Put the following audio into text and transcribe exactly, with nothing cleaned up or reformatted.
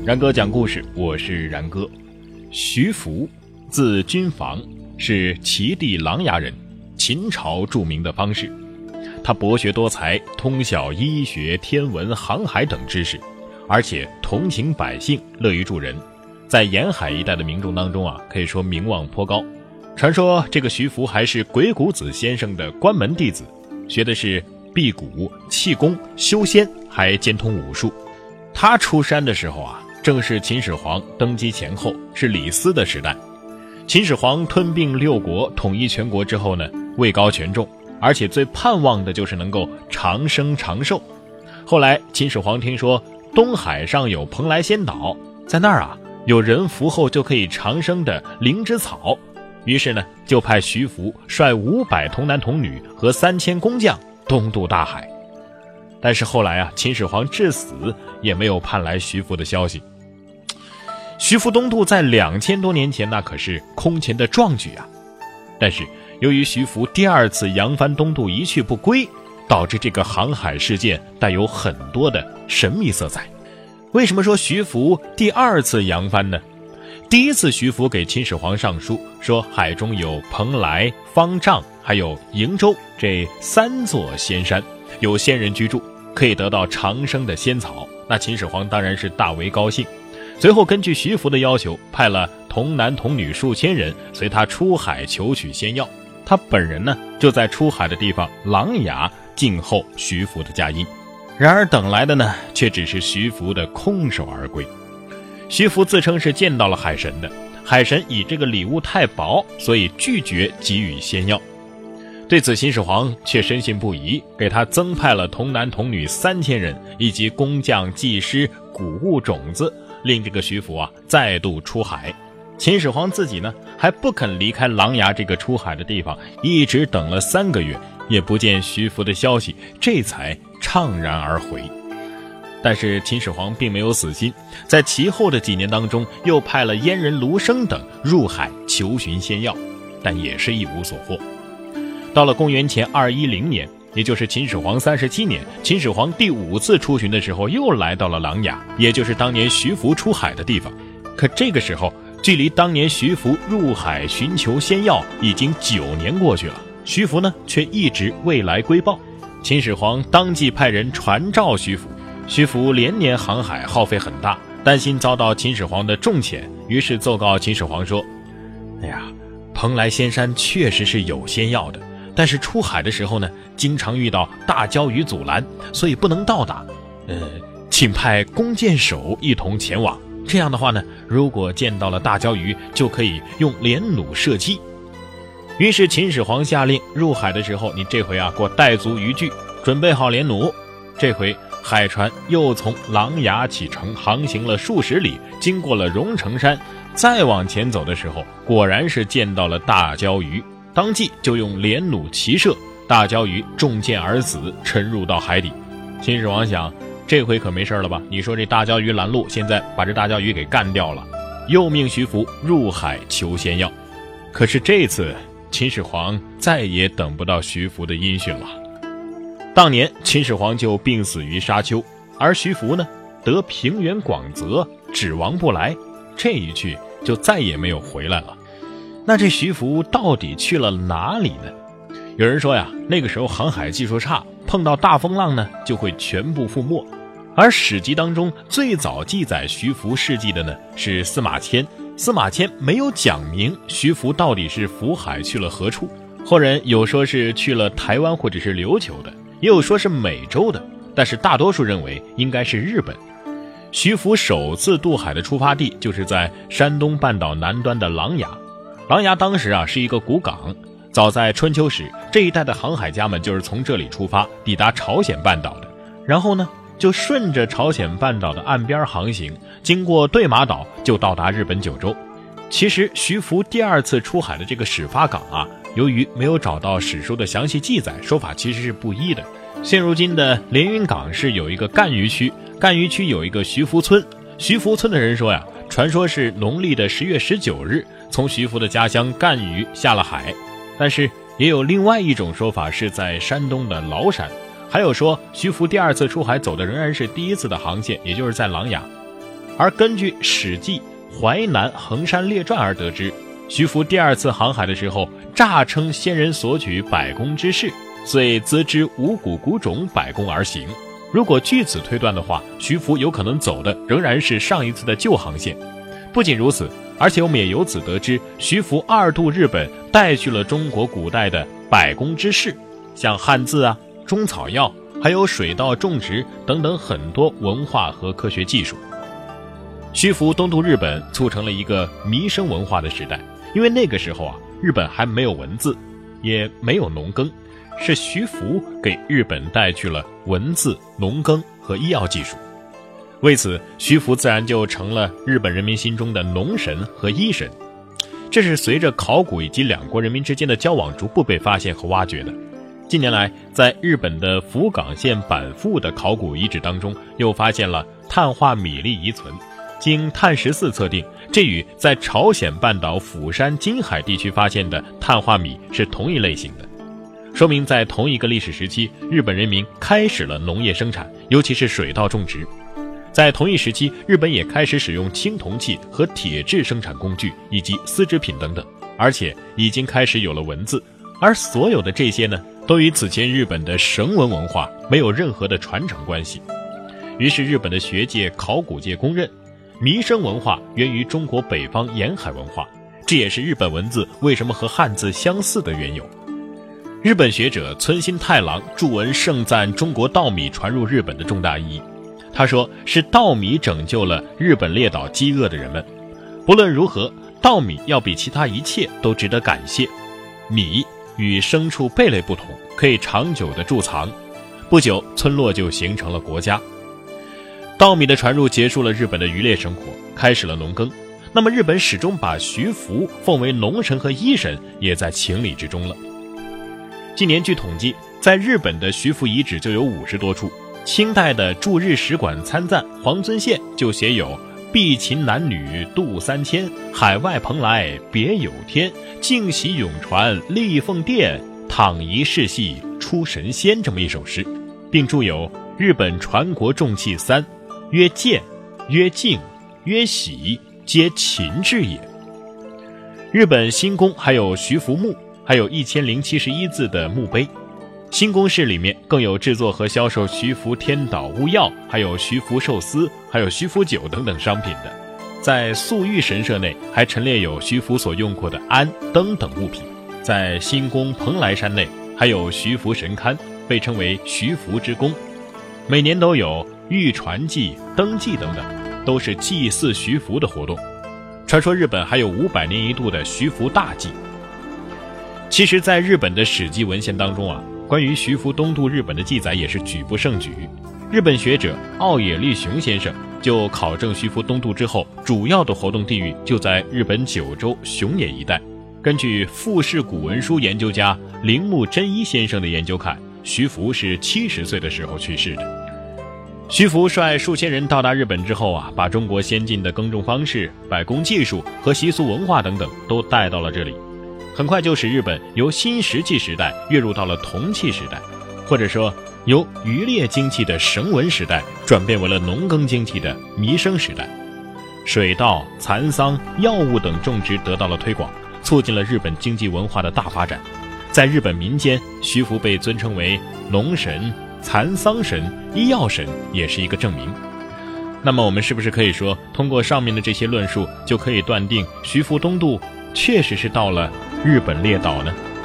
然哥讲故事，我是然哥。徐福，字君房，是齐地琅琊人，秦朝著名的方士。他博学多才，通晓医学、天文、航海等知识，而且同情百姓，乐于助人。在沿海一带的民众当中啊，可以说名望颇高。传说这个徐福还是鬼谷子先生的关门弟子，学的是辟谷、气功、修仙，还兼通武术。他出山的时候啊，正是秦始皇登基前后，是李斯的时代。秦始皇吞并六国，统一全国之后呢，位高权重，而且最盼望的就是能够长生长寿。后来秦始皇听说东海上有蓬莱仙岛，在那儿啊有人服后就可以长生的灵芝草，于是呢就派徐福率五百童男童女和三千工匠东渡大海。但是后来啊，秦始皇至死也没有盼来徐福的消息。徐福东渡在两千多年前那可是空前的壮举啊！但是由于徐福第二次扬帆东渡一去不归，导致这个航海事件带有很多的神秘色彩。为什么说徐福第二次扬帆呢？第一次徐福给秦始皇上书，说海中有蓬莱、方丈还有瀛洲这三座仙山，有仙人居住，可以得到长生的仙草。那秦始皇当然是大为高兴，随后根据徐福的要求，派了童男童女数千人随他出海求取仙药。他本人呢，就在出海的地方琅琊静候徐福的佳音。然而等来的呢，却只是徐福的空手而归。徐福自称是见到了海神的，海神以这个礼物太薄，所以拒绝给予仙药。对此秦始皇却深信不疑，给他增派了童男童女三千人，以及工匠、技师、谷物种子，令这个徐福啊再度出海。秦始皇自己呢还不肯离开琅琊这个出海的地方，一直等了三个月，也不见徐福的消息，这才怅然而回。但是秦始皇并没有死心，在其后的几年当中，又派了阉人卢生等入海求寻仙药，但也是一无所获。到了公元前二一零年，也就是秦始皇三十七年，秦始皇第五次出巡的时候，又来到了琅琊，也就是当年徐福出海的地方。可这个时候，距离当年徐福入海寻求仙药已经九年过去了，徐福呢却一直未来归报。秦始皇当即派人传召徐福，徐福连年航海，耗费很大，担心遭到秦始皇的重谴，于是奏告秦始皇说：哎呀，蓬莱仙山确实是有仙药的，但是出海的时候呢，经常遇到大礁鱼阻拦，所以不能到达。呃，请派弓箭手一同前往，这样的话呢，如果见到了大礁鱼，就可以用连弩射击。于是秦始皇下令，入海的时候，你这回啊，给我带足渔具，准备好连弩。这回海船又从琅琊启程，航行了数十里，经过了荣成山，再往前走的时候，果然是见到了大礁鱼，当即就用连弩齐射，大礁鱼中箭而死，沉入到海底。秦始皇想，这回可没事了吧？你说这大礁鱼拦路，现在把这大礁鱼给干掉了，又命徐福入海求仙药。可是这次秦始皇再也等不到徐福的音讯了。当年秦始皇就病死于沙丘，而徐福呢得平原广泽，指王不来，这一去就再也没有回来了。那这徐福到底去了哪里呢？有人说呀，那个时候航海技术差，碰到大风浪呢就会全部覆没。而史籍当中最早记载徐福事迹的呢是司马迁，司马迁没有讲明徐福到底是浮海去了何处。后人有说是去了台湾或者是琉球的，也有说是美洲的，但是大多数认为应该是日本。徐福首次渡海的出发地就是在山东半岛南端的琅琊。琅琊当时啊是一个古港，早在春秋时，这一带的航海家们就是从这里出发，抵达朝鲜半岛的，然后呢就顺着朝鲜半岛的岸边航行，经过对马岛就到达日本九州。其实徐福第二次出海的这个始发港啊，由于没有找到史书的详细记载，说法其实是不一的。现如今的连云港是有一个赣榆区，赣榆区有一个徐福村，徐福村的人说呀，传说是农历的十月十九日从徐福的家乡赣榆下了海，但是也有另外一种说法是在山东的崂山，还有说徐福第二次出海走的仍然是第一次的航线，也就是在琅琊。 而根据《史记·淮南衡山列传》而得知，徐福第二次航海的时候，诈称先人所举百工之事，遂自知五谷谷种百工而行。如果据此推断的话，徐福有可能走的仍然是上一次的旧航线。不仅如此，而且我们也由此得知，徐福二度日本带去了中国古代的百工之事，像汉字啊、中草药，还有水稻种植等等很多文化和科学技术。徐福东渡日本，促成了一个弥生文化的时代。因为那个时候啊，日本还没有文字，也没有农耕，是徐福给日本带去了文字、农耕和医药技术。为此，徐福自然就成了日本人民心中的农神和医神。这是随着考古以及两国人民之间的交往逐步被发现和挖掘的。近年来，在日本的福冈县板富的考古遗址当中，又发现了碳化米粒遗存。经碳十四测定，这与在朝鲜半岛釜山金海地区发现的碳化米是同一类型的，说明在同一个历史时期，日本人民开始了农业生产，尤其是水稻种植。在同一时期，日本也开始使用青铜器和铁制生产工具以及丝织品等等，而且已经开始有了文字。而所有的这些呢，都与此前日本的绳文文化没有任何的传承关系。于是日本的学界、考古界公认，弥生文化源于中国北方沿海文化，这也是日本文字为什么和汉字相似的缘由。日本学者村新太郎著文盛赞中国稻米传入日本的重大意义。他说，是稻米拯救了日本列岛饥饿的人们。不论如何，稻米要比其他一切都值得感谢。米与牲畜贝类不同，可以长久的贮藏。不久，村落就形成了国家。稻米的传入结束了日本的渔猎生活，开始了农耕。那么日本始终把徐福奉为农神和医神，也在情理之中了。近年据统计，在日本的徐福遗址就有五十多处。清代的驻日使馆参赞黄遵宪就写有避秦男女渡三千，海外蓬莱别有天，净喜永传立凤殿，躺仪世系出神仙这么一首诗，并著有日本传国重器三，曰建，曰敬，曰喜，皆秦制也。日本新宫还有徐福墓，还有一千零七十一字的墓碑。新宫室里面更有制作和销售徐福天岛乌药，还有徐福寿司，还有徐福酒等等商品的。在素玉神社内还陈列有徐福所用过的鞍、灯等物品。在新宫蓬莱山内还有徐福神龛，被称为徐福之宫。每年都有玉传祭、灯祭等等，都是祭祀徐福的活动。传说日本还有五百年一度的徐福大祭。其实在日本的史记文献当中啊，关于徐福东渡日本的记载也是举不胜举。日本学者奥野利雄先生就考证徐福东渡之后，主要的活动地域就在日本九州熊野一带。根据富士古文书研究家铃木真一先生的研究看，徐福是七十岁的时候去世的。徐福率数千人到达日本之后啊，把中国先进的耕种方式、百工技术和习俗文化等等都带到了这里。很快就使日本由新石器时代跃入到了铜器时代，或者说由渔猎经济的绳文时代转变为了农耕经济的弥生时代。水稻、蚕桑、药物等种植得到了推广，促进了日本经济文化的大发展。在日本民间，徐福被尊称为农神、蚕桑神、医药神，也是一个证明。那么我们是不是可以说，通过上面的这些论述，就可以断定徐福东渡确实是到了日本列岛呢？